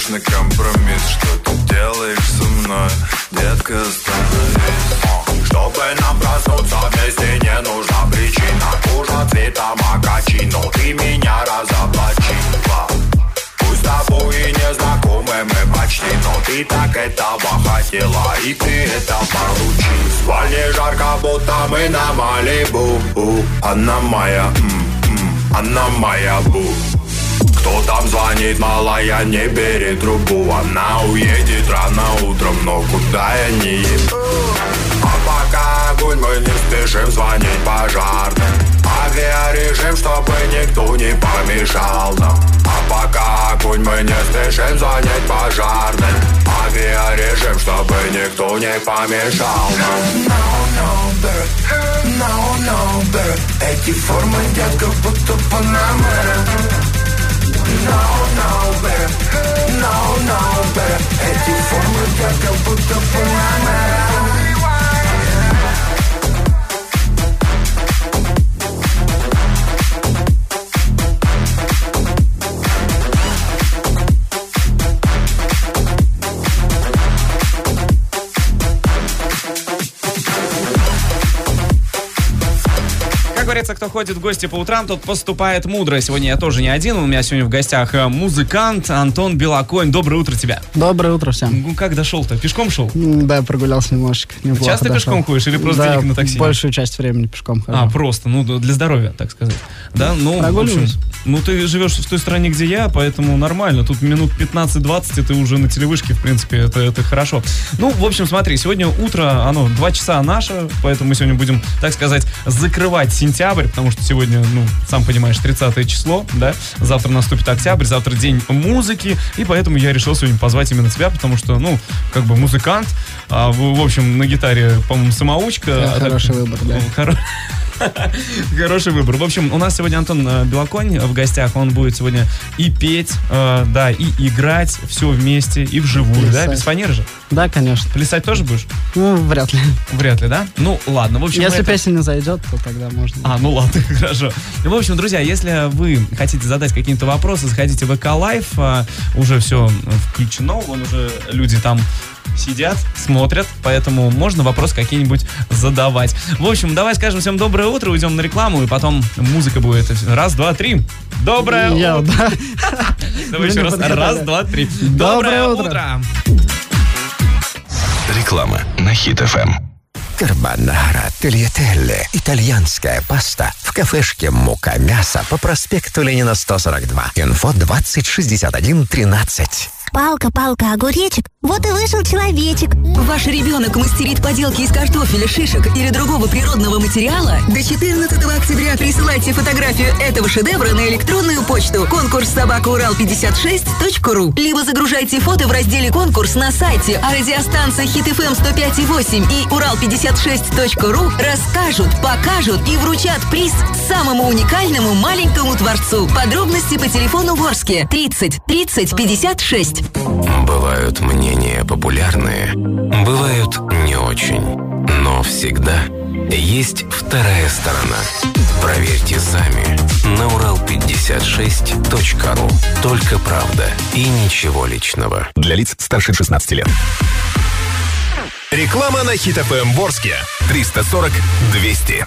идешь на компромисс. Что ты делаешь со мной, детка, остановись. Чтобы нам проснуться вместе, не нужна причина. Нужно цвета макачино, ты меня разоблачила. Пусть с тобой и не знакомы мы почти, но ты так этого хотела, и ты это получи. В спальне жарко, будто мы на Малибу. Она моя, она моя бу. Кто там звонит, малая, не бери трубу. Она уедет рано утром, но куда я не еду. А пока огонь, мы не спешим звонить пожарным. Авиарежим, чтобы никто не помешал нам. А пока огонь, мы не спешим звонить пожарным. Авиарежим, чтобы никто не помешал нам. No, baby, no, baby. Эти формы, детка, будто Панамера. No, baby. Эти формы, детка, будто Панамера. Как говорится, кто ходит в гости по утрам, тот поступает мудро. Сегодня я тоже не один. У меня сегодня в гостях музыкант Антон Белоконь. Доброе утро тебе. Доброе утро всем. Ну, как дошел-то? Пешком шел? Да, прогулялся немножечко. Часто дошел. Пешком ходишь или просто денег на такси? Большую часть времени пешком хожу. Просто, для здоровья, так сказать. Да, в общем, ты живешь в той стране, где я, поэтому нормально. Тут минут 15-20, и ты уже на телевышке, в принципе, это хорошо. В общем, смотри, сегодня утро, 2 часа наше, поэтому мы сегодня будем, так сказать, закрывать сентябрь, потому что сегодня, сам понимаешь, 30 число, да, завтра наступит октябрь, завтра день музыки, и поэтому я решил сегодня позвать именно тебя, потому что, музыкант, в общем, на гитаре, по-моему, самоучка. Хороший выбор, да. Хороший выбор. В общем, у нас сегодня Антон Белоконь в гостях. Он будет сегодня и петь, и играть все вместе, и вживую, да? Без фанеры же? Да, конечно. Плясать тоже будешь? Вряд ли. Вряд ли, да? Ладно. В общем, если песня не зайдет, то тогда можно. Ладно, хорошо. В общем, друзья, если вы хотите задать какие-то вопросы, заходите в ВК Лайв. Уже все включено. Вон уже люди там сидят, смотрят, поэтому можно вопросы какие-нибудь задавать. В общем, давай скажем всем доброе утро, уйдем на рекламу, и потом музыка будет. Раз, два, три. Доброе утро. Давай еще раз. Раз, два, три. Доброе утро. Реклама на Хит FM. Карбонара, тельятелле, итальянская паста в кафешке «Мука мясо» по проспекту Ленина, 142. Инфо 206113. Палка, огуречек. Вот и вышел человечек. Ваш ребенок мастерит поделки из картофеля, шишек или другого природного материала? До 14 октября присылайте фотографию этого шедевра на электронную почту конкурс@урал56.ру, либо загружайте фото в разделе «Конкурс» на сайте, а радиостанция Хит FM 105.8 и урал56.ру расскажут, покажут и вручат приз самому уникальному маленькому творцу. Подробности по телефону Ворске 30 30 56. Бывают мнения популярные, бывают не очень, но всегда есть вторая сторона. Проверьте сами на урал56.ру. Только правда и ничего личного. Для лиц старше 16 лет. Реклама на Хит FM Ворске. 340 200.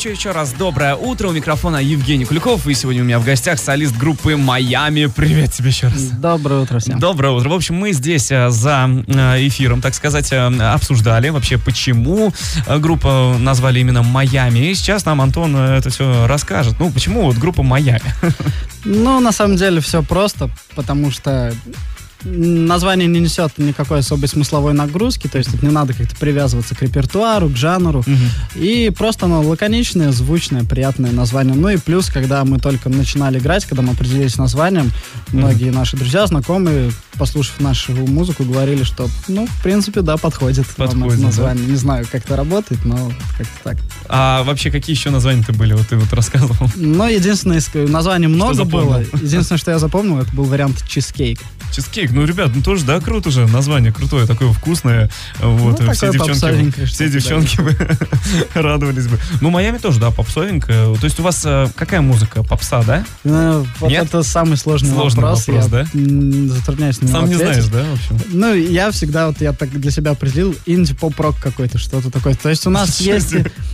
еще раз доброе утро. У микрофона Евгений Куликов. И сегодня у меня в гостях солист группы «Майами». Привет тебе еще раз. Доброе утро всем. Доброе утро. В общем, мы здесь за эфиром, так сказать, обсуждали вообще, почему группу назвали именно «Майами». И сейчас нам Антон это все расскажет. Ну, почему вот группа «Майами»? Ну, на самом деле все просто, потому что название не несет никакой особой смысловой нагрузки, то есть тут не надо как-то привязываться к репертуару, к жанру, и просто оно лаконичное, звучное, приятное название. Ну и плюс, когда мы только начинали играть, когда мы определились с названием, многие наши друзья, знакомые, послушав нашу музыку, говорили, что, ну, в принципе, да, подходит нам это название. Да? Не знаю, как это работает, но как-то так. А вообще, какие еще названия-то были? Вот ты вот рассказывал. Ну, единственное, названий много было. Единственное, что я запомнил, это был вариант «Чизкейк». Чизкейк, ну, ребят, ну тоже, да, круто же, название крутое, такое вкусное, вот, ну, все девчонки бы радовались бы. Ну, «Майами» тоже, да, попсовенькая, то есть у вас какая музыка, попса, да? Ну, вот это самый сложный вопрос, я да? Затрудняюсь на него сам не ответить. Знаешь, да, в общем? Ну, я всегда, вот я так для себя определил, инди-поп-рок какой-то, что-то такое, то есть у нас есть...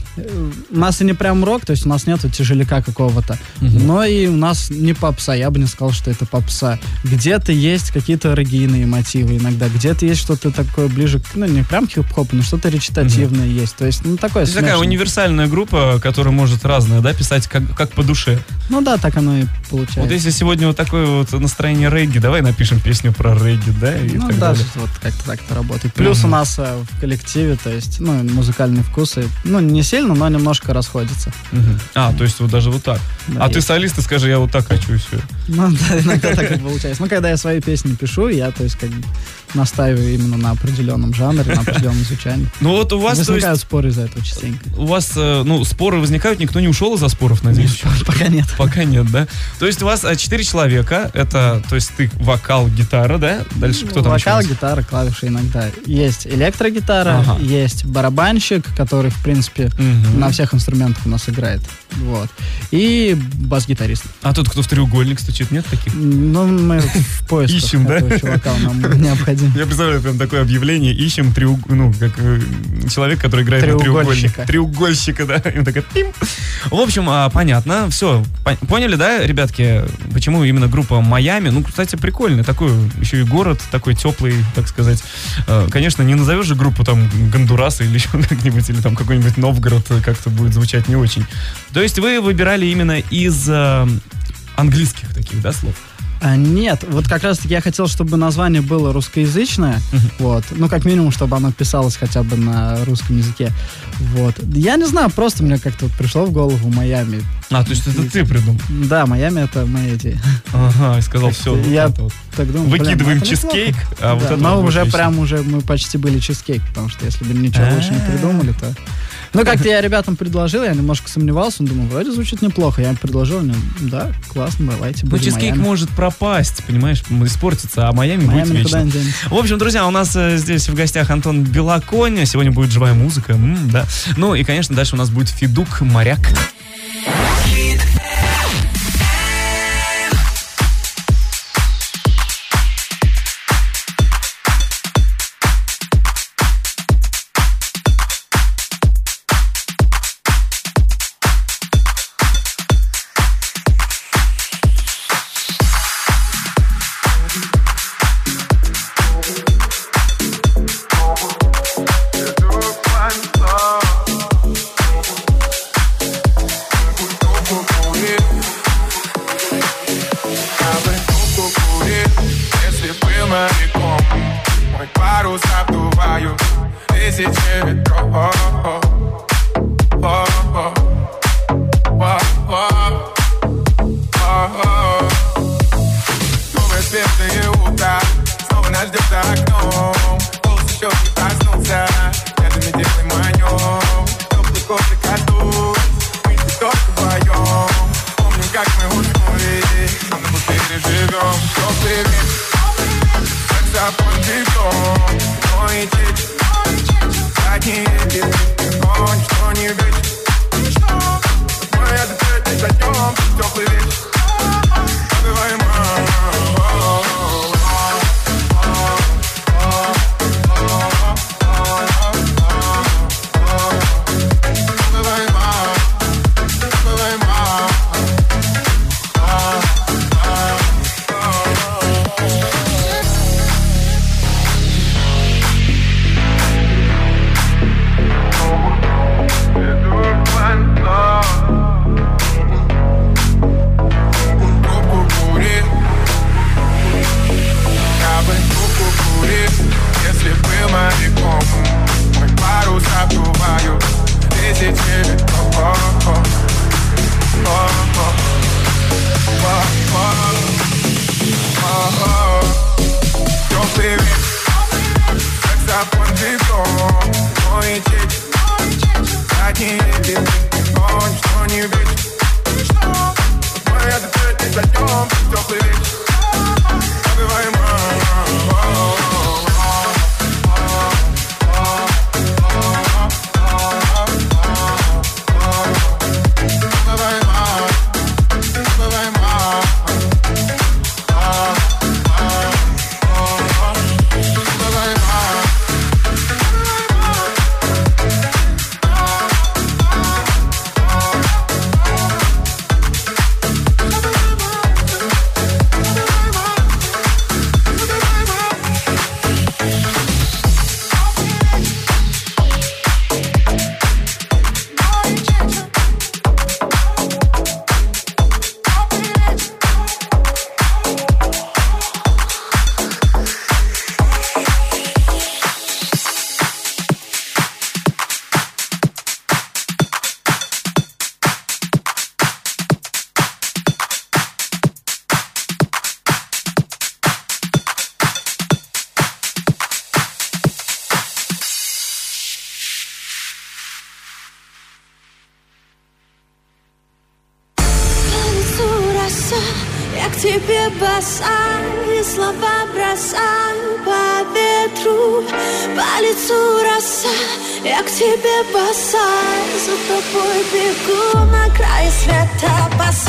У нас и не прям рок, то есть у нас нету тяжеляка какого-то, но и у нас не попса, я бы не сказал, что это попса. Где-то есть какие-то реггийные мотивы иногда, где-то есть что-то такое ближе к, ну, не прям хип-хопу, но что-то речитативное есть, то есть, ну, такое смешное. Такая универсальная группа, которая может разное, да, писать как по душе. Ну да, так оно и получается. Вот если сегодня вот такое вот настроение регги, давай напишем песню про регги, да, и ну так да, далее. вот как-то так это работает. Плюс у нас в коллективе, то есть, ну, музыкальные вкусы, ну, не сильно, но немножко расходятся. А, то есть вот даже вот так. Да, а ты солист, и скажи, я вот так хочу, и все. Ну да, иногда так и получается. Ну, когда я свои песни пишу, я, то есть, как бы настаиваю именно на определенном жанре, на определенном звучании. Ну вот у вас, возникают споры из-за этого частенько. У вас, ну, споры возникают, никто не ушел из-за споров, надеюсь? Пока нет. Пока нет, да? То есть у вас 4 человека, это, то есть ты вокал, гитара, да? Дальше кто там вокал, гитара, клавиши иногда. Есть электрогитара, есть барабанщик, который, в принципе, на всех инструментах у нас играет. Вот. И бас-гитарист. А тот, кто в треугольник стучит, нет таких? Ну, мы в поисках ищем, да? этого чувака нам необходим. Я представляю прям такое объявление, ищем ну, как человек, который играет на треугольник. Треугольщика, да? И он такой, пим. В общем, понятно, все. Поняли, да, ребятки, почему именно группа «Майами»? Ну, кстати, прикольный, такой еще и город, такой теплый, так сказать. Конечно, не назовешь же группу там Гондураса или еще как-нибудь, или там какой-нибудь Новгород, как-то будет звучать не очень. То есть вы выбирали именно из английских таких, да, слов? Нет, вот как раз-таки я хотел, чтобы название было русскоязычное, вот, ну, как минимум, чтобы оно писалось хотя бы на русском языке, вот. Я не знаю, просто мне как-то вот пришло в голову «Майами». А, то есть это ты придумал? Да, «Майами» — это моя идея. Ага, и сказал, все. Я так думал, выкидываем чизкейк, а вот это но уже прям мы почти были чизкейк, потому что если бы ничего лучше не придумали, то... Ну, как-то я ребятам предложил, я немножко сомневался, думал, вроде звучит неплохо. Я им предложил, они, да, классно, давайте будем. Ну, чизкейк может пропасть, понимаешь, испортиться, а Майами будет вечно. В общем, друзья, у нас здесь в гостях Антон Белоконь, сегодня будет живая музыка, да. Ну и, конечно, дальше у нас будет Федук Моряк. I can't get it. языком. Мой дети, задние виды, огонь, что не видишь. Мы ответить зайдем, теплый вечер. Забываем тебе босая, слова бросаю по ветру, по лицу роса. Я к тебе босая, за тобой бегу на край света.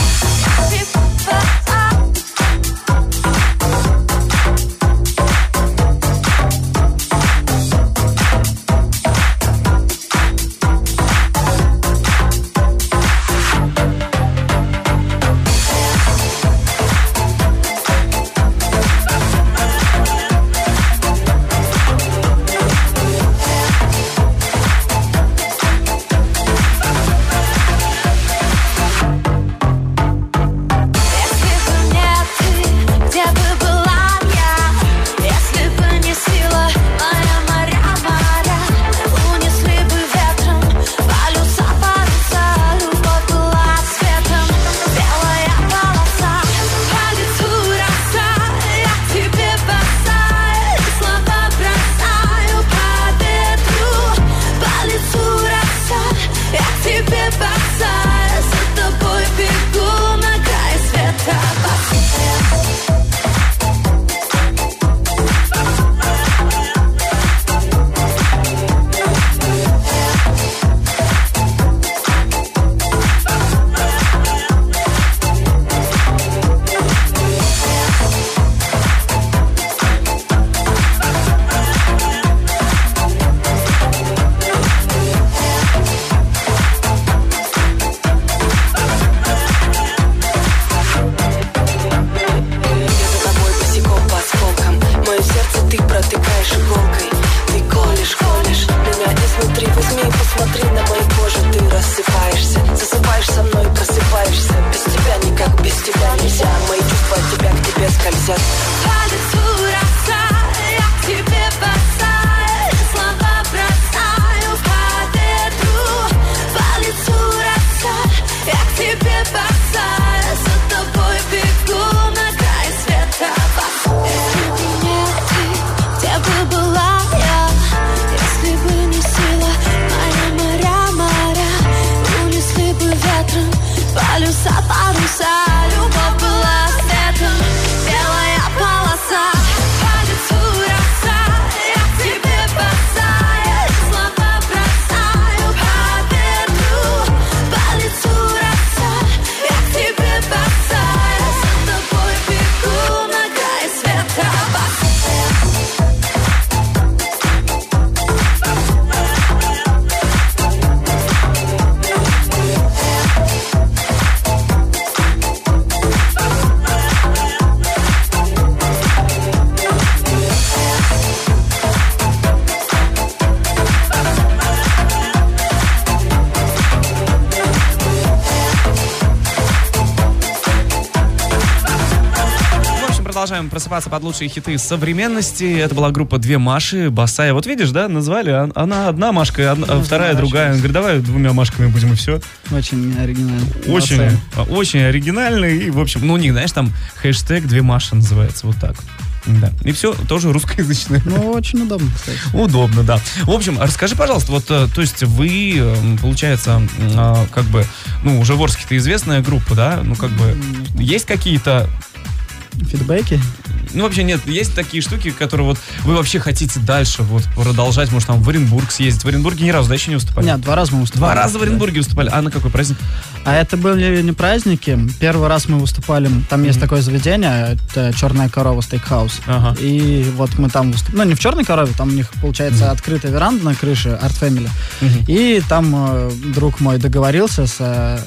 Продолжаем просыпаться под лучшие хиты современности. Это была группа «Две Маши», Босая. Вот видишь, да, назвали. Она одна Машка, вторая другая. Он говорит, давай двумя Машками будем, и все. Очень оригинально. Очень оригинально. И, в общем, ну, у них, знаешь, там хэштег «Две Маши» называется. Вот так. Да. И все тоже русскоязычное. Ну, очень удобно, кстати. Удобно, да. В общем, расскажи, пожалуйста, вот, то есть вы, получается, как бы, ну, уже в Орске-то известная группа, да? Ну, как бы, есть какие-то... Фидбэки? Ну, вообще нет, есть такие штуки, которые вот вы вообще хотите дальше вот продолжать, может, там в Оренбург съездить. В Оренбурге ни разу, да, еще не выступали? Нет, 2 раза мы выступали. 2 раза в Оренбурге выступали. А на какой праздник? А это были не праздники. Первый раз мы выступали, там есть такое заведение, это «Черная корова» стейкхаус. Ага. И вот мы там выступали. Ну, не в «Черной корове», там у них, получается, открытая веранда на крыше, Art Family. И там друг мой договорился с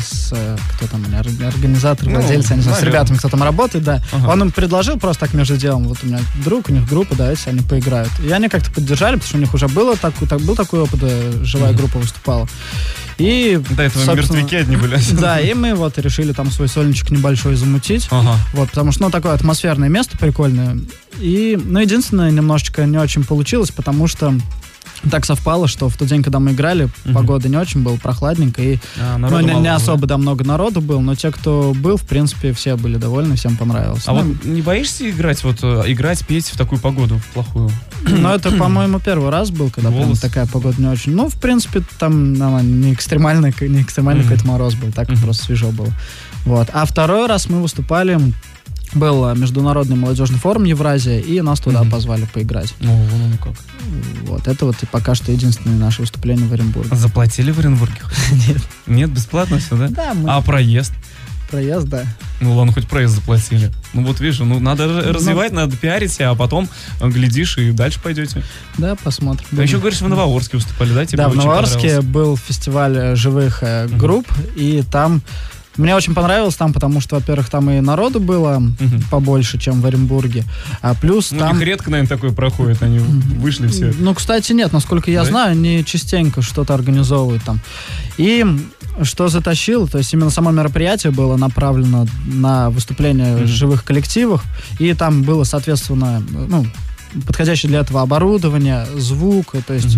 кто там, организатор, владельцы, я не знаю, с ребятами, кто там работает, да. Ага. Он им предложил просто так между делом, вот у меня друг, у них группа, да, если они поиграют. И они как-то поддержали, потому что у них уже был такой опыт, живая группа выступала. И, до этого мертвяки одни были. Да, и мы вот решили там свой сольничек небольшой замутить. Ага. Вот, потому что, ну, такое атмосферное место прикольное. И, ну, единственное, немножечко не очень получилось, потому что так совпало, что в тот день, когда мы играли, погода не очень была, прохладненько, и не особо, да, много народу было, но те, кто был, в принципе, все были довольны, всем понравилось. А вот не боишься играть, петь в такую погоду, в плохую? Ну, это, по-моему, первый раз был, когда прям такая погода не очень. Ну, в принципе, там не экстремальный какой-то мороз был, так просто свежо было. Вот. А второй раз мы выступали... Был международный молодежный форум Евразия, и нас туда позвали поиграть. Ну как. Вот, это вот пока что единственное наше выступление в Оренбурге. Заплатили в Оренбурге? Нет. Нет, бесплатно все, да? Да. А проезд? Проезд, да. Ну ладно, хоть проезд заплатили. Ну вот видишь, надо развивать, надо пиарить себя, а потом глядишь и дальше пойдете. Да, посмотрим. А еще говоришь, в Новоорске выступали, да? Да, в Новоорске был фестиваль живых групп, и там... Мне очень понравилось там, потому что, во-первых, там и народу было побольше, чем в Оренбурге. А плюс там... их редко, наверное, такое проходит, они вышли все. Ну, кстати, нет, насколько я знаю, они частенько что-то организовывают там. И что затащило, то есть именно само мероприятие было направлено на выступление живых коллективов, и там было, соответственно, подходящее для этого оборудование, звук, то есть...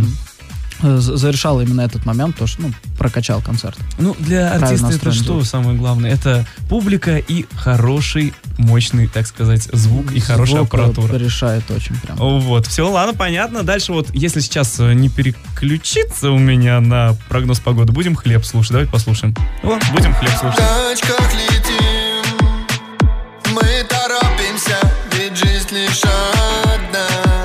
зарешал именно этот момент, то что, прокачал концерт. Ну, для артиста это что самое главное? Это публика и хороший, мощный, так сказать, звук и хорошая аппаратура. Решает очень прям. Вот, все, ладно, понятно. Дальше вот, если сейчас не переключиться у меня на прогноз погоды, будем хлеб слушать. Давайте послушаем. Вот, будем хлеб слушать. В тачках летим, мы торопимся, ведь жизнь лишь одна.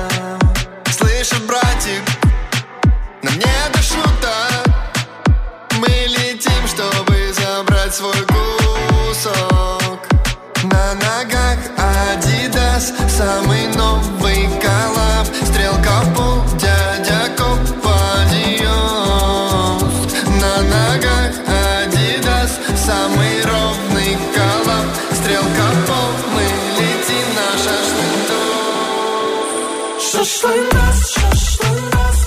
Слышит братик, нам не до шуток, мы летим, чтобы забрать свой кусок. На ногах Adidas, самый новый коллаб, стрелка в пол, дядя Коп подъезд. На ногах Adidas, самый ровный коллаб, стрелка в пол, мы летим на шашлындос. Шашлындос, шашлындос.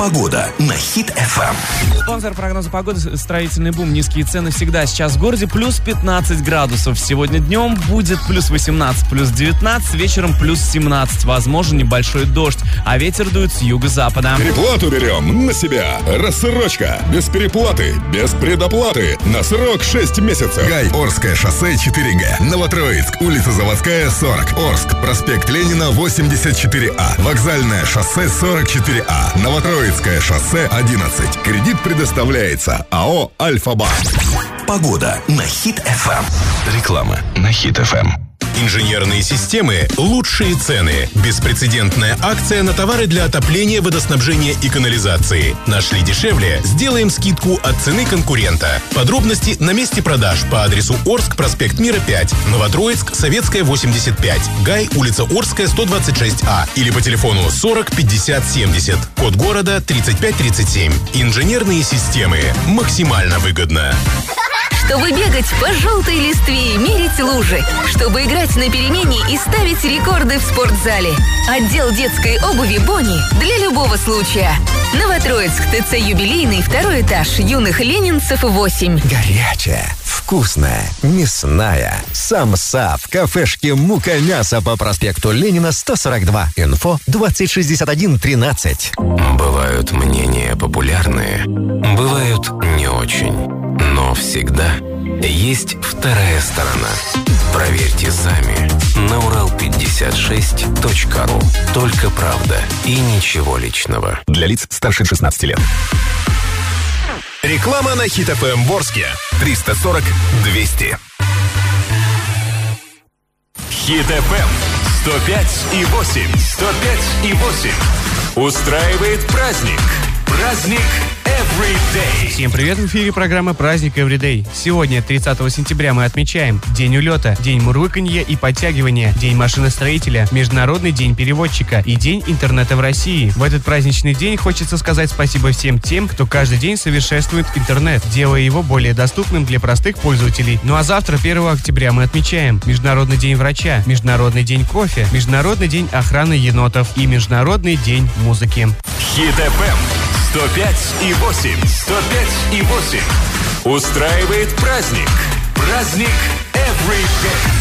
Погода на Хит FM. Спонсор прогноза погоды — строительный бум. Низкие цены всегда. Сейчас в городе плюс 15 градусов. Сегодня днем будет плюс 18, плюс 19, вечером плюс 17. Возможен небольшой дождь, а ветер дует с юго-запада. Переплату берем на себя. Рассрочка. Без переплаты, без предоплаты. На срок 6 месяцев. Гай, Орское шоссе 4Г. Новотроицк, улица Заводская, 40. Орск, проспект Ленина, 84А. Вокзальное шоссе 44А. Новотроицкое шоссе 11. Кредит предоставляется АО «Альфа-Банк». Погода на Хит FM. Реклама на Хит FM. Инженерные системы – лучшие цены. Беспрецедентная акция на товары для отопления, водоснабжения и канализации. Нашли дешевле? Сделаем скидку от цены конкурента. Подробности на месте продаж по адресу Орск, проспект Мира, 5. Новотроицк, Советская, 85. Гай, улица Орская, 126А. Или по телефону 40 50 70. Код города 3537. Инженерные системы. Максимально выгодно. Чтобы бегать по желтой листве и мерить лужи. Чтобы играть на перемене и ставить рекорды в спортзале. Отдел детской обуви «Бонни» для любого случая. Новотроицк, ТЦ «Юбилейный», 2 этаж, юных ленинцев, 8. Горячая, вкусная, мясная. Самса в кафешке «Мука-мясо» по проспекту Ленина, 142. Инфо 206113. Бывают мнения популярные, бывают не очень. Но всегда есть вторая сторона. Проверьте сами на Урал56.ру. Только правда и ничего личного. Для лиц старше 16 лет. Реклама на Хит FM Ворске. 340 200. Хит FM 105,8. 105,8. Устраивает праздник. Праздник Everyday. Всем привет, в эфире программа «Праздник Everyday». Сегодня, 30 сентября, мы отмечаем День улета, День мурлыканья и подтягивания, День машиностроителя, Международный день переводчика и День интернета в России. В этот праздничный день хочется сказать спасибо всем тем, кто каждый день совершенствует интернет, делая его более доступным для простых пользователей. Ну а завтра, 1 октября, мы отмечаем Международный день врача, Международный день кофе, Международный день охраны енотов и Международный день музыки. Хит FM 105,8. 105,8. Устраивает праздник. Праздник Everyday.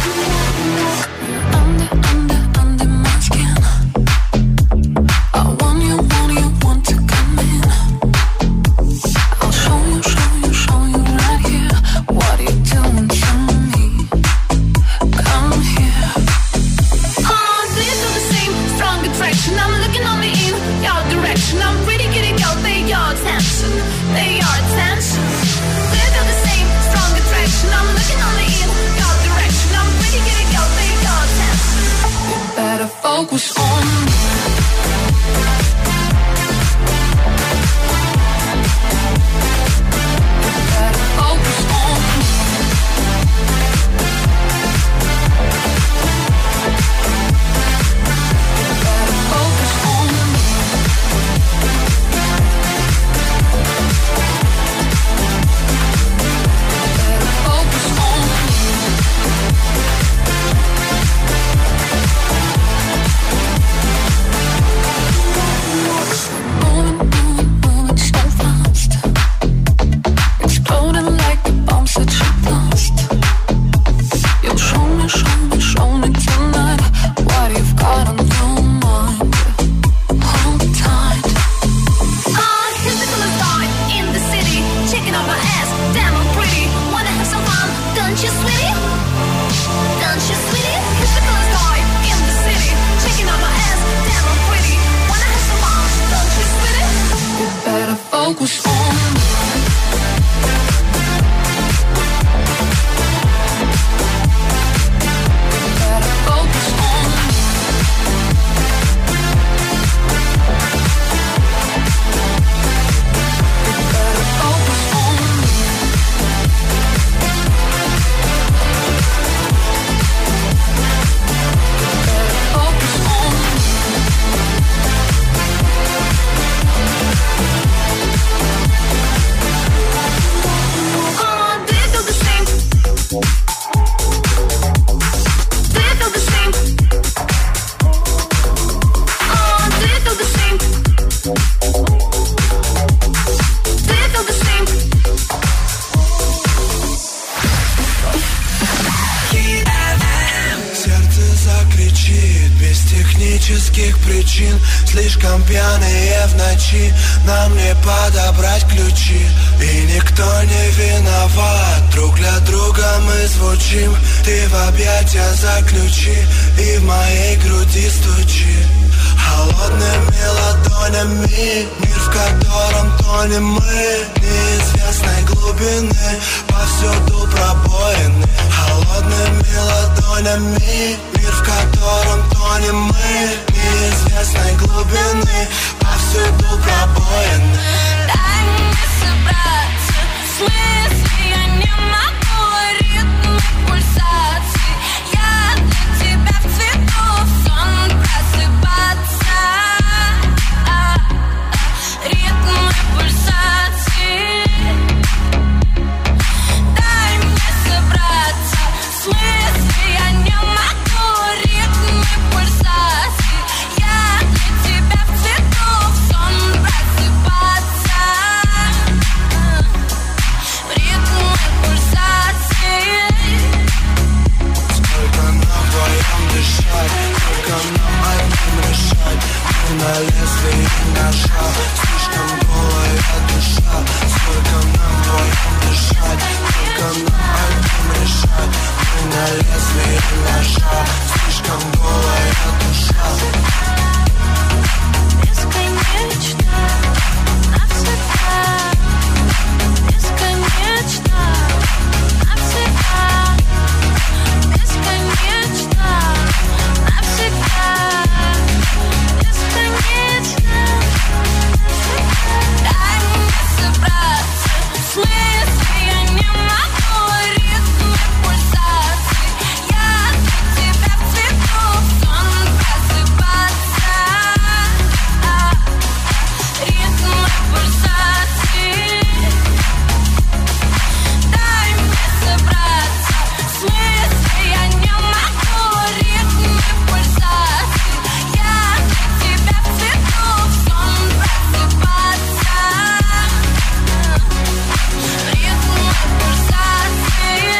Under my skin. I want технических причин. Слишком пьяные в ночи, нам не подобрать ключи. И никто не виноват, друг для друга мы звучим. Ты в объятия заключи и в моей груди стучи. Холодными ладонями, мир, в котором тонем мы. Неизвестной глубины, повсюду пробоины. Холодными ладонями, мир, в котором тонем мы. Неизвестной глубины, повсюду пробоины. Дай мне собраться, в смысле я не могу. Ритмы пульсаций, я для тебя в цвету, в сон просыпаться. Ритмы пульсаций. Дай мне собраться, в смысле я не могу. Ритмы пульсаций, я для тебя в цвету, в сон просыпаться. Ритмы пульсаций. Сколько нам вдвоем дышать, сколько нам одним решать. Мы на лезвии ножа, слишком голая душа. Сколько нам вдвоем дышать, сколько нам одним решать. Мы на лезвии ножа, слишком голая душа. Бесконечно, навсегда. Бесконечно, навсегда. Бесконечно, навсегда. Бесконечно, навсегда. Дай мне собраться, в смысле я не могу. Ритмы пульсаций, я для тебя в цвету, в сон просыпаться. Ритмы пульсаций. Дай мне собраться, в смысле я не могу. Ритмы пульсаций, я для тебя в цвету, в сон просыпаться. Ритмы пульсаций.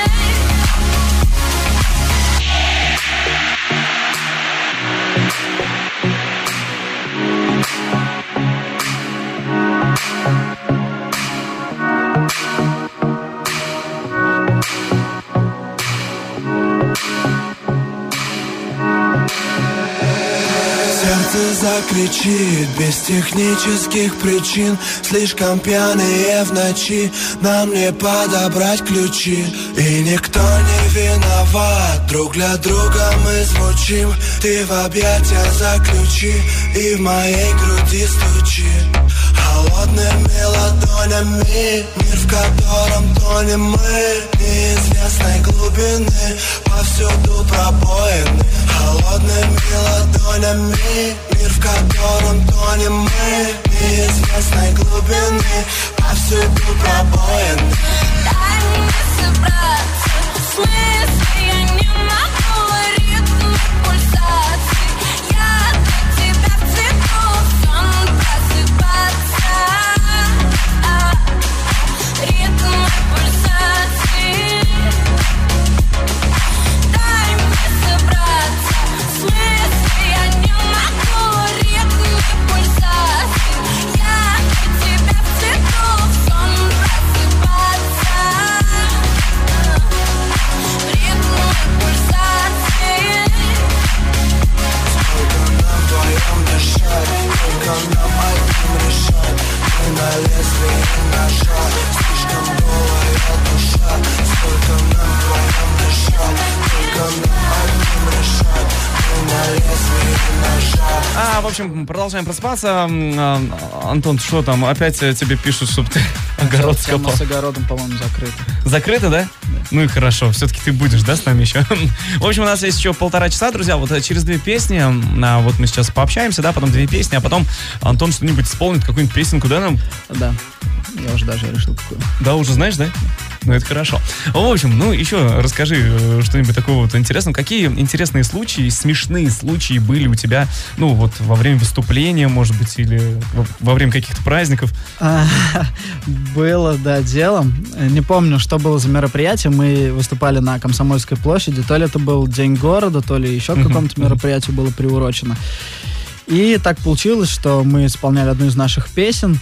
Сердце закричит без технических причин. Слишком пьяные в ночи, нам не подобрать ключи. И никто не виноват, друг для друга мы звучим. Ты в объятия заключи и в моей груди стучи. Холодными ладонями, мир, в котором тонем мы. Неизвестной глубины, повсюду пробоины. Холодными ладонями, мир, в котором тонем мы. Неизвестной глубины, повсюду пробоины. Дай мне собраться, в смысле я не могу. Ритмы пульсаций, я для тебя в цвету, в сон просыпаться. Ритмы пульсаций. Дай мне собраться, в смысле я не могу. Ритмы пульсаций, я для тебя в цвету, в сон просыпаться. Ритмы пульсаций. Сколько нам вдвоем дышать, сколько нам одним решать. Мы на лезвии ножа, слишком голая душа. Сколько нам вдвоем дышать, сколько нам одним решать. Мы на лезвии ножа. В общем, продолжаем просыпаться. Антон, что там? Опять тебе пишут, чтобы ты огород скопал. Тема с огородом, по-моему, закрыта. Закрыто, да? Ну и хорошо, все-таки ты будешь, да, с нами еще? В общем, у нас есть еще 1,5 часа, друзья. Вот через 2 песни, вот мы сейчас пообщаемся, да, потом 2 песни, а потом Антон что-нибудь исполнит, какую-нибудь песенку, да, нам? Да, я уже даже решил какую. Да, уже знаешь, да? Ну, это хорошо. В общем, ну, еще расскажи что-нибудь такого вот интересного. Какие интересные случаи, смешные случаи были у тебя, ну, вот во время выступления, может быть, или во время каких-то праздников? Было, да, делом. Не помню, что было за мероприятие. мы выступали на Комсомольской площади. То ли это был День города, то ли еще к какому-то мероприятию было приурочено. И так получилось, что мы исполняли одну из наших песен.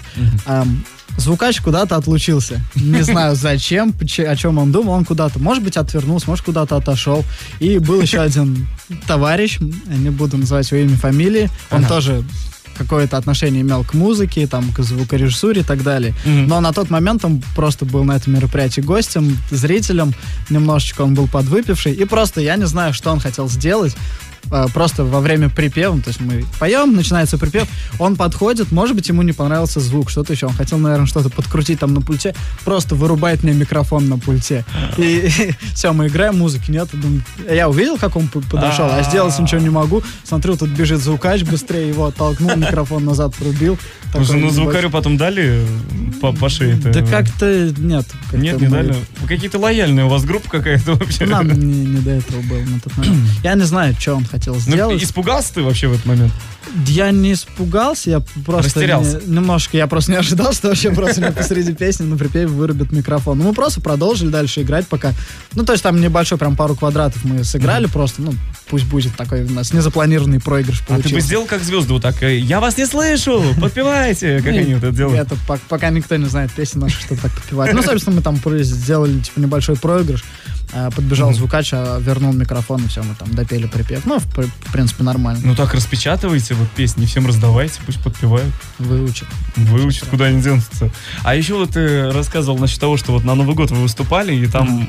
Звукач куда-то отлучился. Не знаю зачем, о чем он думал. Он куда-то, может быть, отвернулся, может, куда-то отошел. И был еще один товарищ, не буду называть его имя, фамилии. Он тоже какое-то отношение имел к музыке, там, к звукорежиссуре и так далее. Но на тот момент он просто был на этом мероприятии гостем, зрителем. Немножечко он был подвыпивший. И просто я не знаю, что он хотел сделать. Просто во время припева, то есть мы поем, начинается припев, он подходит, может быть, ему не понравился звук, что-то еще, он хотел, наверное, что-то подкрутить там на пульте, просто вырубает мне микрофон на пульте. И все, мы играем, музыки нет. Я увидел, как он подошел, а сделать ничего не могу. Смотрю, тут бежит звукач, быстрее его оттолкнул, микрофон назад врубил. Ну, звукарю потом дали по шее-то? Да как-то нет. Нет, не дали? Какие-то лояльные у вас группа какая-то вообще? Нам не до этого было на тот момент. Я не знаю, что он хотел сделать. Ну, испугался ты вообще в этот момент? Я не испугался, я просто растерялся. Немножко, я просто не ожидал, что вообще просто мне посреди песни на припеве вырубят микрофон. Ну, мы просто продолжили дальше играть, пока... Ну, то есть там небольшой, прям пару квадратов мы сыграли просто, ну, пусть будет такой у нас незапланированный проигрыш получился. А ты бы сделал как звезды, вот так, я вас не слышу, подпевайте, как они вот это делают. Это пока никто не знает песни наши, что так подпевать. Ну, собственно, мы там сделали, типа, небольшой проигрыш, подбежал звукач, вернул микрофон, и все, мы там допели припев. Ну, в принципе, нормально. Ну, так распечатывайте вот песни, всем раздавайте, пусть подпевают. Выучат, куда они денутся. А еще вот ты рассказывал насчет того, что вот на Новый год вы выступали, и там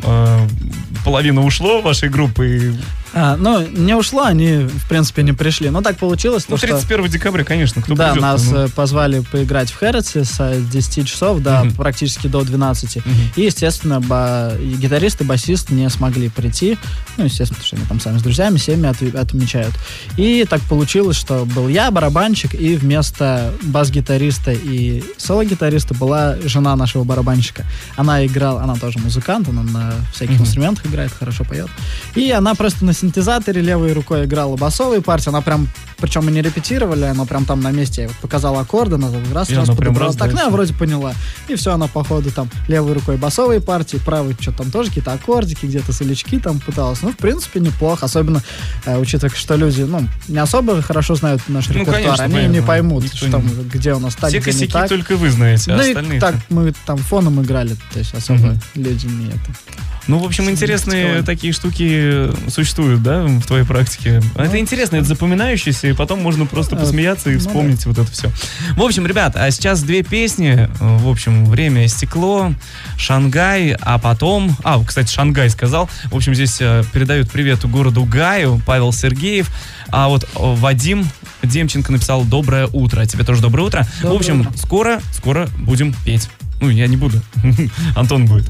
половина ушло вашей группы. Ну, не ушло, они, в принципе, не пришли. Но так получилось. Ну, 31 декабря, конечно, кто придет. Да, нас ну. позвали поиграть в Хэрротсе с 10 часов до практически до 12. И, естественно, гитарист и басист не смогли прийти. Ну, естественно, потому что они там сами с друзьями, семьи отмечают. И так получилось, что был я, барабанщик, и вместо бас-гитариста и соло-гитариста была жена нашего барабанщика. Она играла, она тоже музыкант, она на всяких инструментах играет, хорошо поет. И она просто на синтезаторе левой рукой играла басовые партии. Она прям, причем мы не репетировали, она прям там на месте. Я показала аккорды, она раз подобрала. Так, ну я вроде поняла. И все, она по ходу там левой рукой басовые партии, правой что-то там тоже какие-то аккордики, где-то солячки там пыталась. Ну, в принципе, неплохо. Особенно, учитывая, что люди, ну, не особо хорошо знают наш репертуар. Конечно, они не поймут, что там, где у нас так, где не так. Только вы знаете, а ну, остальные... и так мы там фоном играли, то есть особо люди не это... Ну, в общем, интересные такие штуки существуют, да, в твоей практике. Это интересно, это запоминающееся, и потом можно просто посмеяться и вспомнить вот это все. В общем, ребят, а сейчас две песни. В общем, «Время и стекло», «Шангай», а потом... кстати, «Шангай» сказал. В общем, здесь передают привет городу Гаю, Павел Сергеев. А вот Вадим Демченко написал «Доброе утро». Тебе тоже доброе утро. В общем, скоро будем петь. Ну, я не буду. Антон будет.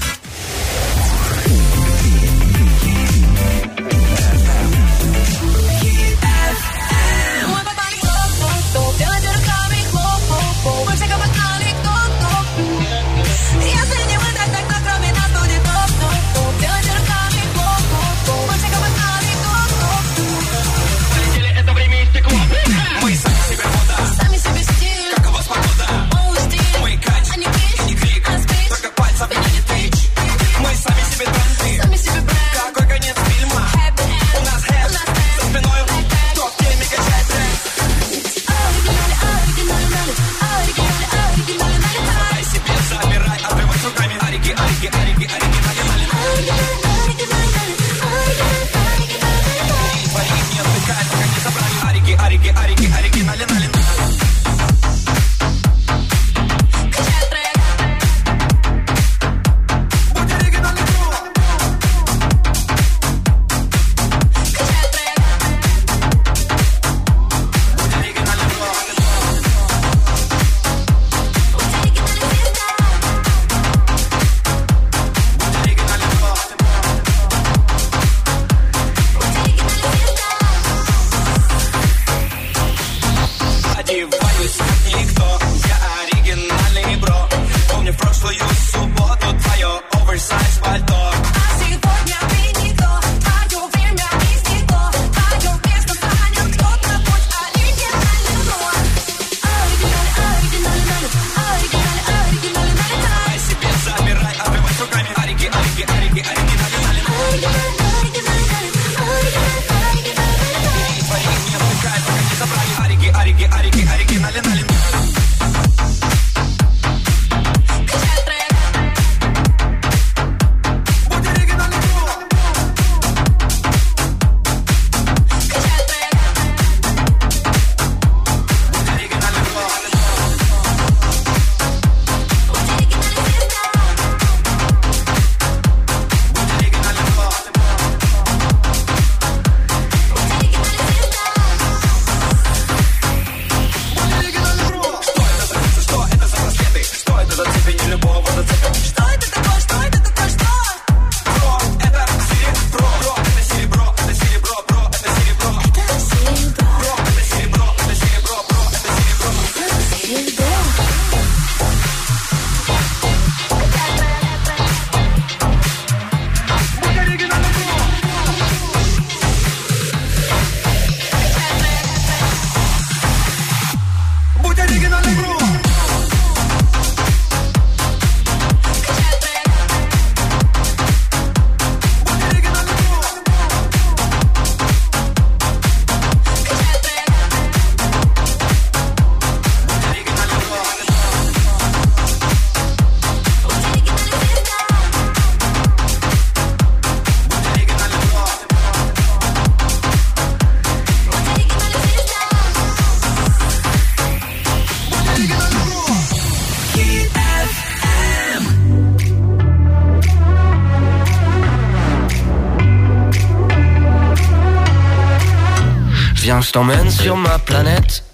Viens, je t'emmène sur ma planète.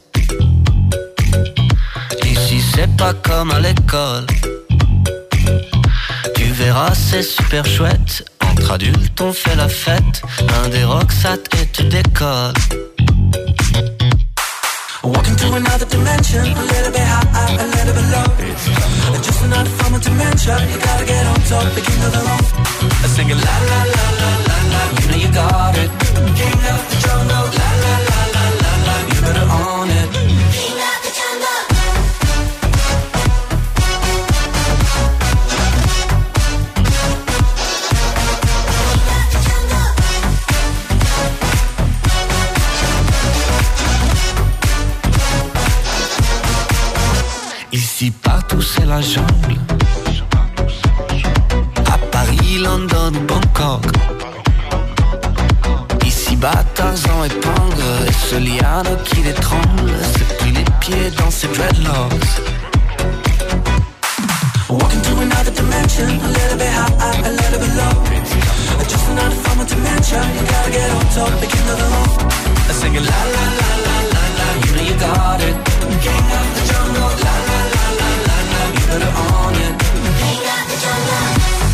Ici c'est pas comme à l'école. Tu verras c'est super chouette. Entre adultes on fait la fête. Un des rocksat et tu décolles. Walking to another dimension. A little bit high, a little bit low. Just another form of dementia. You gotta get on top, begin to the road. Sing it la la la la la la. You know you got it. King of the jungle. La la la la la la. You better own it. King of the jungle. Ici partout c'est la jungle. À Paris, London ou Bangkok. Ici-bas Tarzan épingle. Et ce liano qui l'étrangle. C'est pris les pieds dans ses dreadlocks. Walking to another dimension. A little bit high, a little bit low. Just another form of dementia. You gotta get on top, begin to the low. Sing it la la la la la la. You know you got it. King of the jungle. La la la la la la. You better own it. King of the jungle.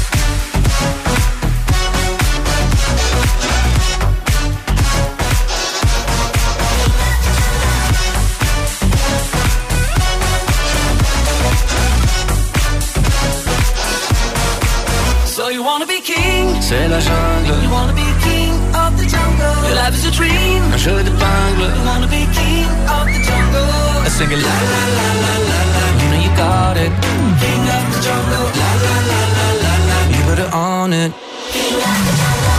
So you wanna be king? C'est la jungle. You wanna be king of the jungle? Your life is a dream. Un jeu d'épingle. You wanna be king of the jungle? Sing it la la la la la la. You know you got it. King of the jungle. La la la la la la. You better own it. King of the jungle.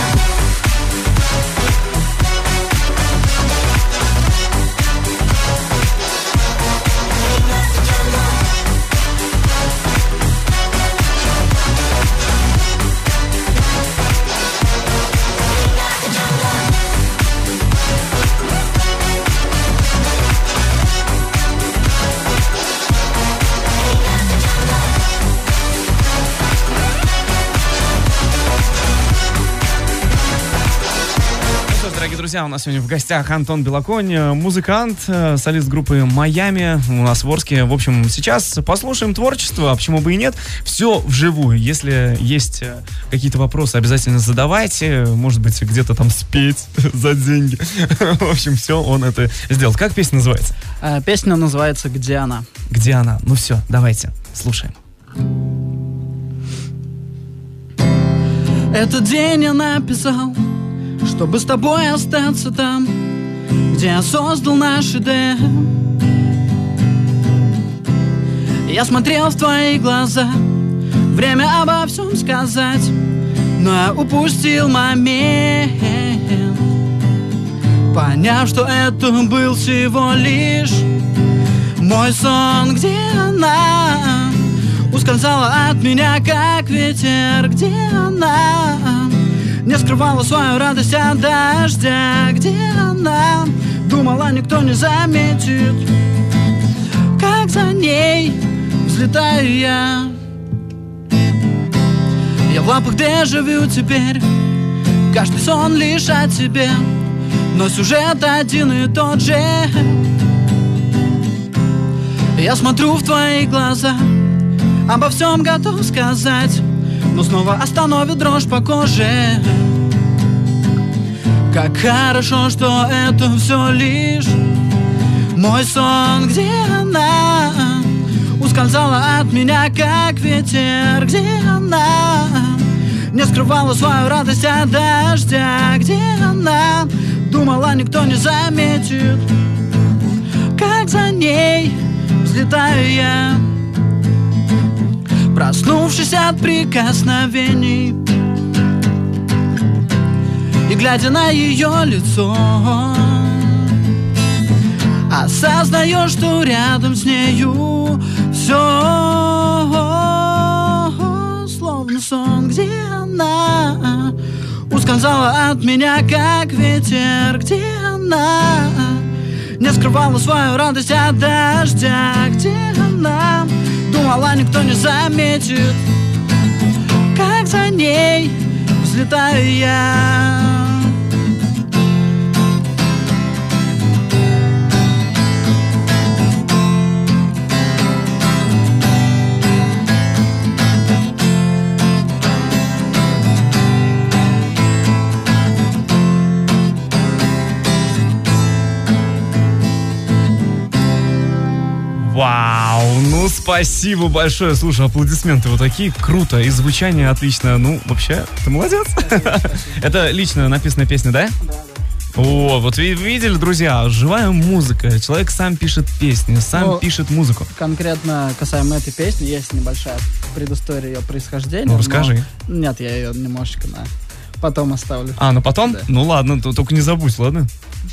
Дорогие друзья, у нас сегодня в гостях Антон Белоконь, музыкант, солист группы «Майами» у нас в Орске. В общем, сейчас послушаем творчество, а почему бы и нет. Все вживую. Если есть какие-то вопросы, обязательно задавайте. Может быть, где-то там спеть за деньги. В общем, все он это сделал. Как песня называется? Песня называется «Где она?». «Где она?». Ну все, давайте, слушаем. Этот день я написал, чтобы с тобой остаться там, где я создал наш Эдем. Я смотрел в твои глаза, время обо всем сказать, но я упустил момент, поняв, что это был всего лишь мой сон. Где она? Ускользала от меня, как ветер. Где она? Не скрывала свою радость от дождя. Где она? Думала, никто не заметит, как за ней взлетаю я. Я в лапах дежавю теперь, каждый сон лишь о тебе, но сюжет один и тот же. Я смотрю в твои глаза, обо всем готов сказать, но снова остановит дрожь по коже. Как хорошо, что это все лишь мой сон. Где она? Ускользала от меня, как ветер. Где она? Не скрывала свою радость от дождя. Где она? Думала, никто не заметит, как за ней взлетаю я. Проснувшись от прикосновений и глядя на ее лицо, осознаешь, что рядом с нею все словно сон. Где она? Ускользала от меня, как ветер. Где она? Не скрывала свою радость от дождя. Где она? Думала, никто не заметит, как за ней взлетаю я. Вау, ну спасибо большое. Слушай, аплодисменты вот такие, круто, и звучание отлично. Ну, вообще, ты молодец. Это лично написанная песня, да? О, вот вы видели, друзья, живая музыка. Человек сам пишет песни, сам пишет музыку. Конкретно касаемо этой песни, есть небольшая предыстория ее происхождения. Ну, расскажи. Нет, я ее немножечко потом оставлю. Ну потом? Да. Ну ладно, только не забудь, ладно?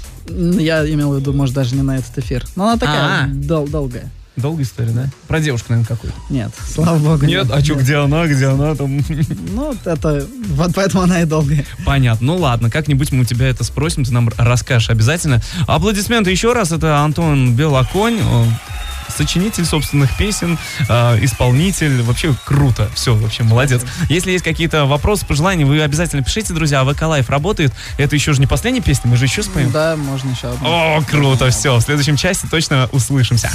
Я имел в виду, может, даже не на этот эфир. Но она такая долгая. Долгая история, да? Про девушку, наверное, какую-то. Нет, слава богу. Нет, а что, где она там? Ну, это, вот поэтому она и долгая. Понятно, ну ладно, как-нибудь мы у тебя это спросим, ты нам расскажешь обязательно. Аплодисменты еще раз, это Антон Белоконь, сочинитель собственных песен, исполнитель, вообще круто, все, вообще молодец. Если есть какие-то вопросы, пожелания, вы обязательно пишите, друзья, ВК Лайф работает, это еще же не последняя песня, мы же еще споем. Да, можно еще одну. О, круто, все, в следующем части точно услышимся.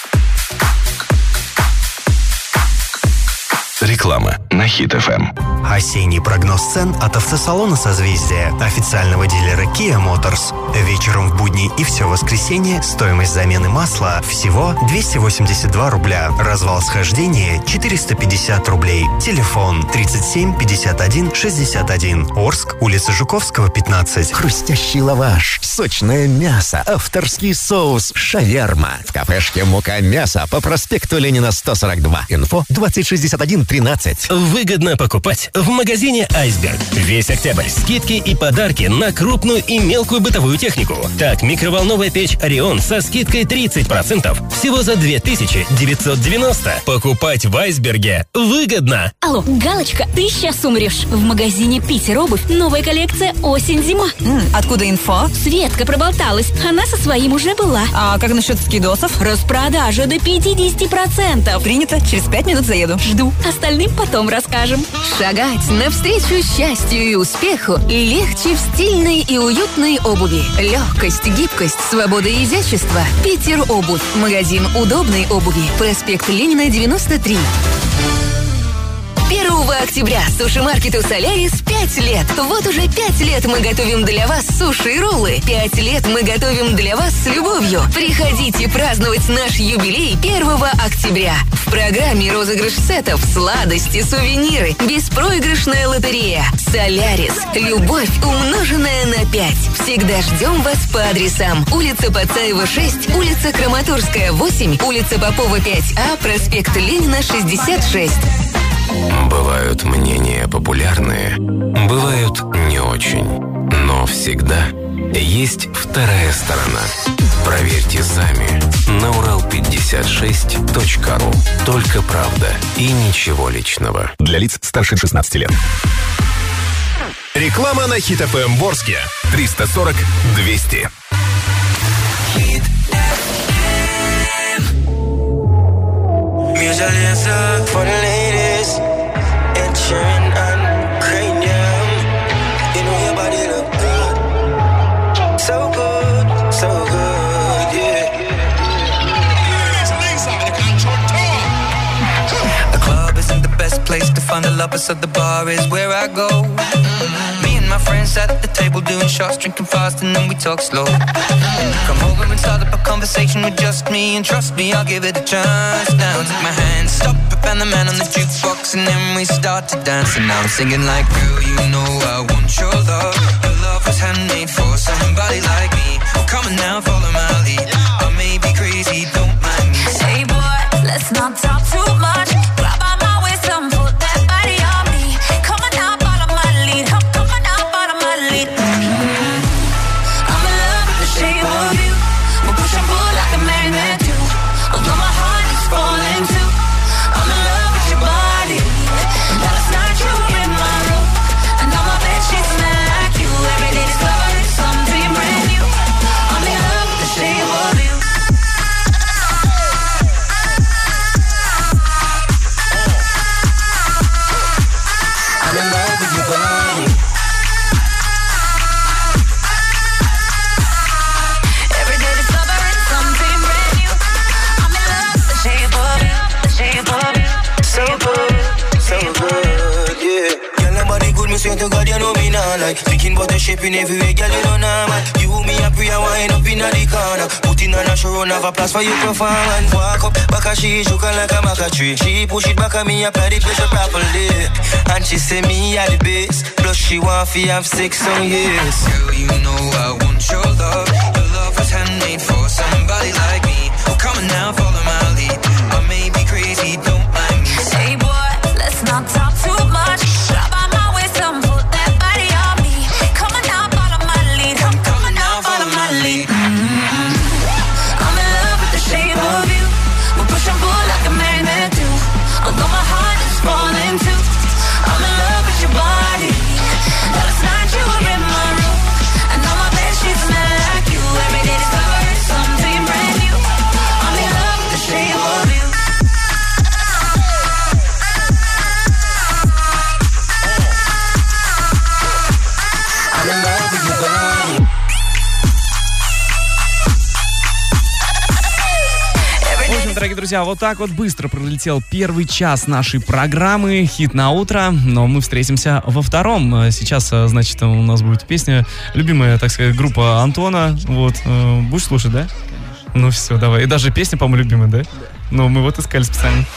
Реклама на Хит FM. Осенний прогноз цен от автосалона «Созвездие», официального дилера Kia Motors. Вечером в будни и все воскресенье стоимость замены масла всего 282 рубля. Развал схождения 450 рублей. Телефон 37 51 61. Орск, улица Жуковского, 15. Хрустящий лаваш, сочное мясо, авторский соус, шаверма. В кафешке «Мука мясо» по проспекту Ленина, 142. Инфо 2061 13. Выгодно покупать в магазине «Айсберг». Весь октябрь скидки и подарки на крупную и мелкую бытовую технику. Так, микроволновая печь «Орион» со скидкой 30% всего за 2990. Покупать в «Айсберге» выгодно. Алло, Галочка, ты сейчас умрешь. В магазине «Питер Обувь» новая коллекция «Осень-зима». Откуда инфо? Светка проболталась. Она со своим уже была. А как насчет скидосов? Распродажа до 50%. Принято. Через 5 минут заеду. Жду. Остальным потом расскажем. Шагать навстречу счастью и успеху легче в стильной и уютной обуви. Легкость, гибкость, свобода и изящество. Питер Обувь. Магазин удобной обуви. Проспект Ленина, 93. 1 октября суши-маркету «Солярис» 5 лет. Вот уже 5 лет мы готовим для вас суши и роллы. 5 лет мы готовим для вас с любовью. Приходите праздновать наш юбилей 1 октября. В программе розыгрыш сетов, сладости, сувениры, беспроигрышная лотерея. «Солярис». Любовь, умноженная на 5. Всегда ждем вас по адресам: улица Пацаева, 6, улица Краматорская, 8, улица Попова, 5А, проспект Ленина, 66. Бывают мнения популярные, бывают не очень. Но всегда есть вторая сторона. Проверьте сами на Урал56.ру. Только правда и ничего личного. Для лиц старше 16 лет. Реклама на Хит ФМ Ворске. 340 200. For the ladies, Ed Sheeran and Cranium. You know your body look good, so good, yeah. The club isn't the best place to find the lovers, so the bar is where I go. Me and my friends at the table doing shots, drinking fast, and then we talk slow. Come over and start up a conversation with just me, and trust me, I'll give it a chance. Now take my hand, stop it, and the man on the jukebox, and then we start to dance. And now I'm singing like, girl, you know I want your love. Your love was handmade for somebody like me. Well, come on now, follow my lead. I may be crazy, don't mind me. Hey boy, let's not talk too much. Grab on my waist and put that body on me. Come on now, follow my lead. Come on now, follow my lead. I'm in love with the shape of you. We'll push and pull like a magnet do. Although my heart is falling too. I'm in love with your body. Last night you were in my room, and all my bed sheets smell like you. Every day discovering something brand new. I'm in love with the shape of you. I'm in love with your body. Every day discovering something brand new. I'm in love with the shape of you, the shape of you. So good, yeah. Girl, nobody good, me swear to God, you know me now. Like, thinking about the shape in every way, girl, you know now, man. You, me, and Priya wind up in the corner. Putting on a show, have a place for you perform. And walk up, back as she joking like a maca tree. She push it back at me, apply the pressure properly. And she say me at the base. Plus she want to have sex on years. Girl, you know I want your love. Your love was handmade for somebody like me. Well, come on now, follow my lead. I may be crazy, don't mind me. Hey boy, let's not talk too much. Grab on my waist and put that body on me. Come on now, follow my lead. Come on now, follow my lead. I'm in love with the shape of you. We'll push and pull like a magnet do. Although my heart is falling too. I'm in love with your body. Last night you were in my room, and all my bed sheets smell like you. дорогие друзья, вот так вот быстро пролетел первый час нашей программы «Хит на утро», но мы встретимся во втором. Сейчас, значит, у нас будет песня, любимая, так сказать, группа Антона. Вот, будешь слушать, да? Ну все, давай. И даже песня, по-моему, любимая, да? Ну, мы вот искали специально.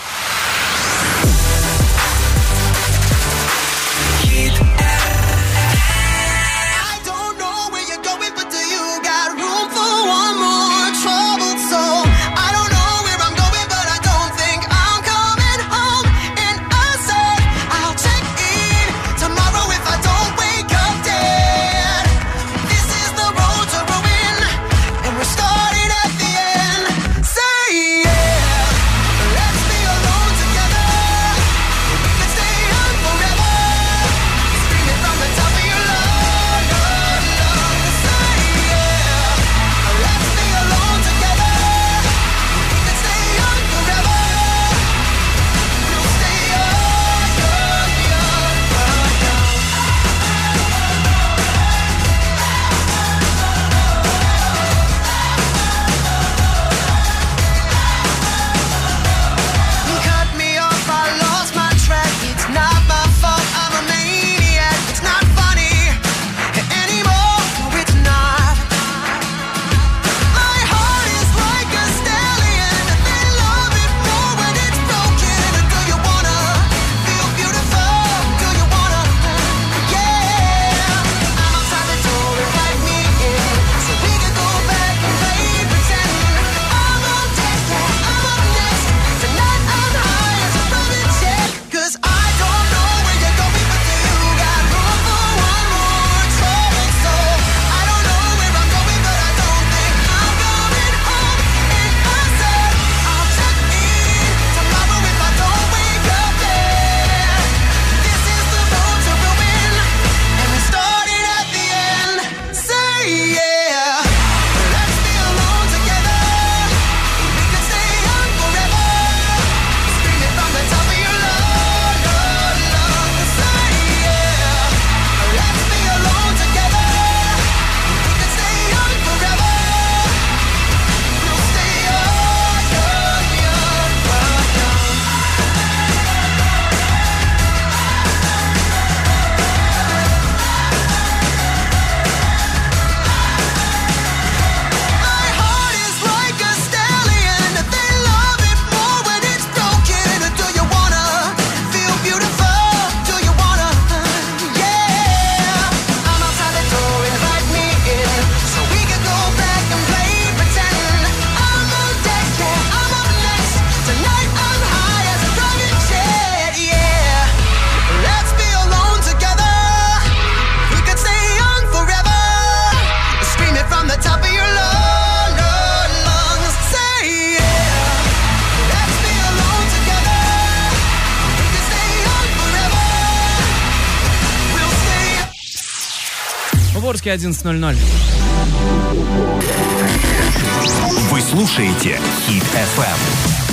Орске 11:00. Вы слушаете Хит FM.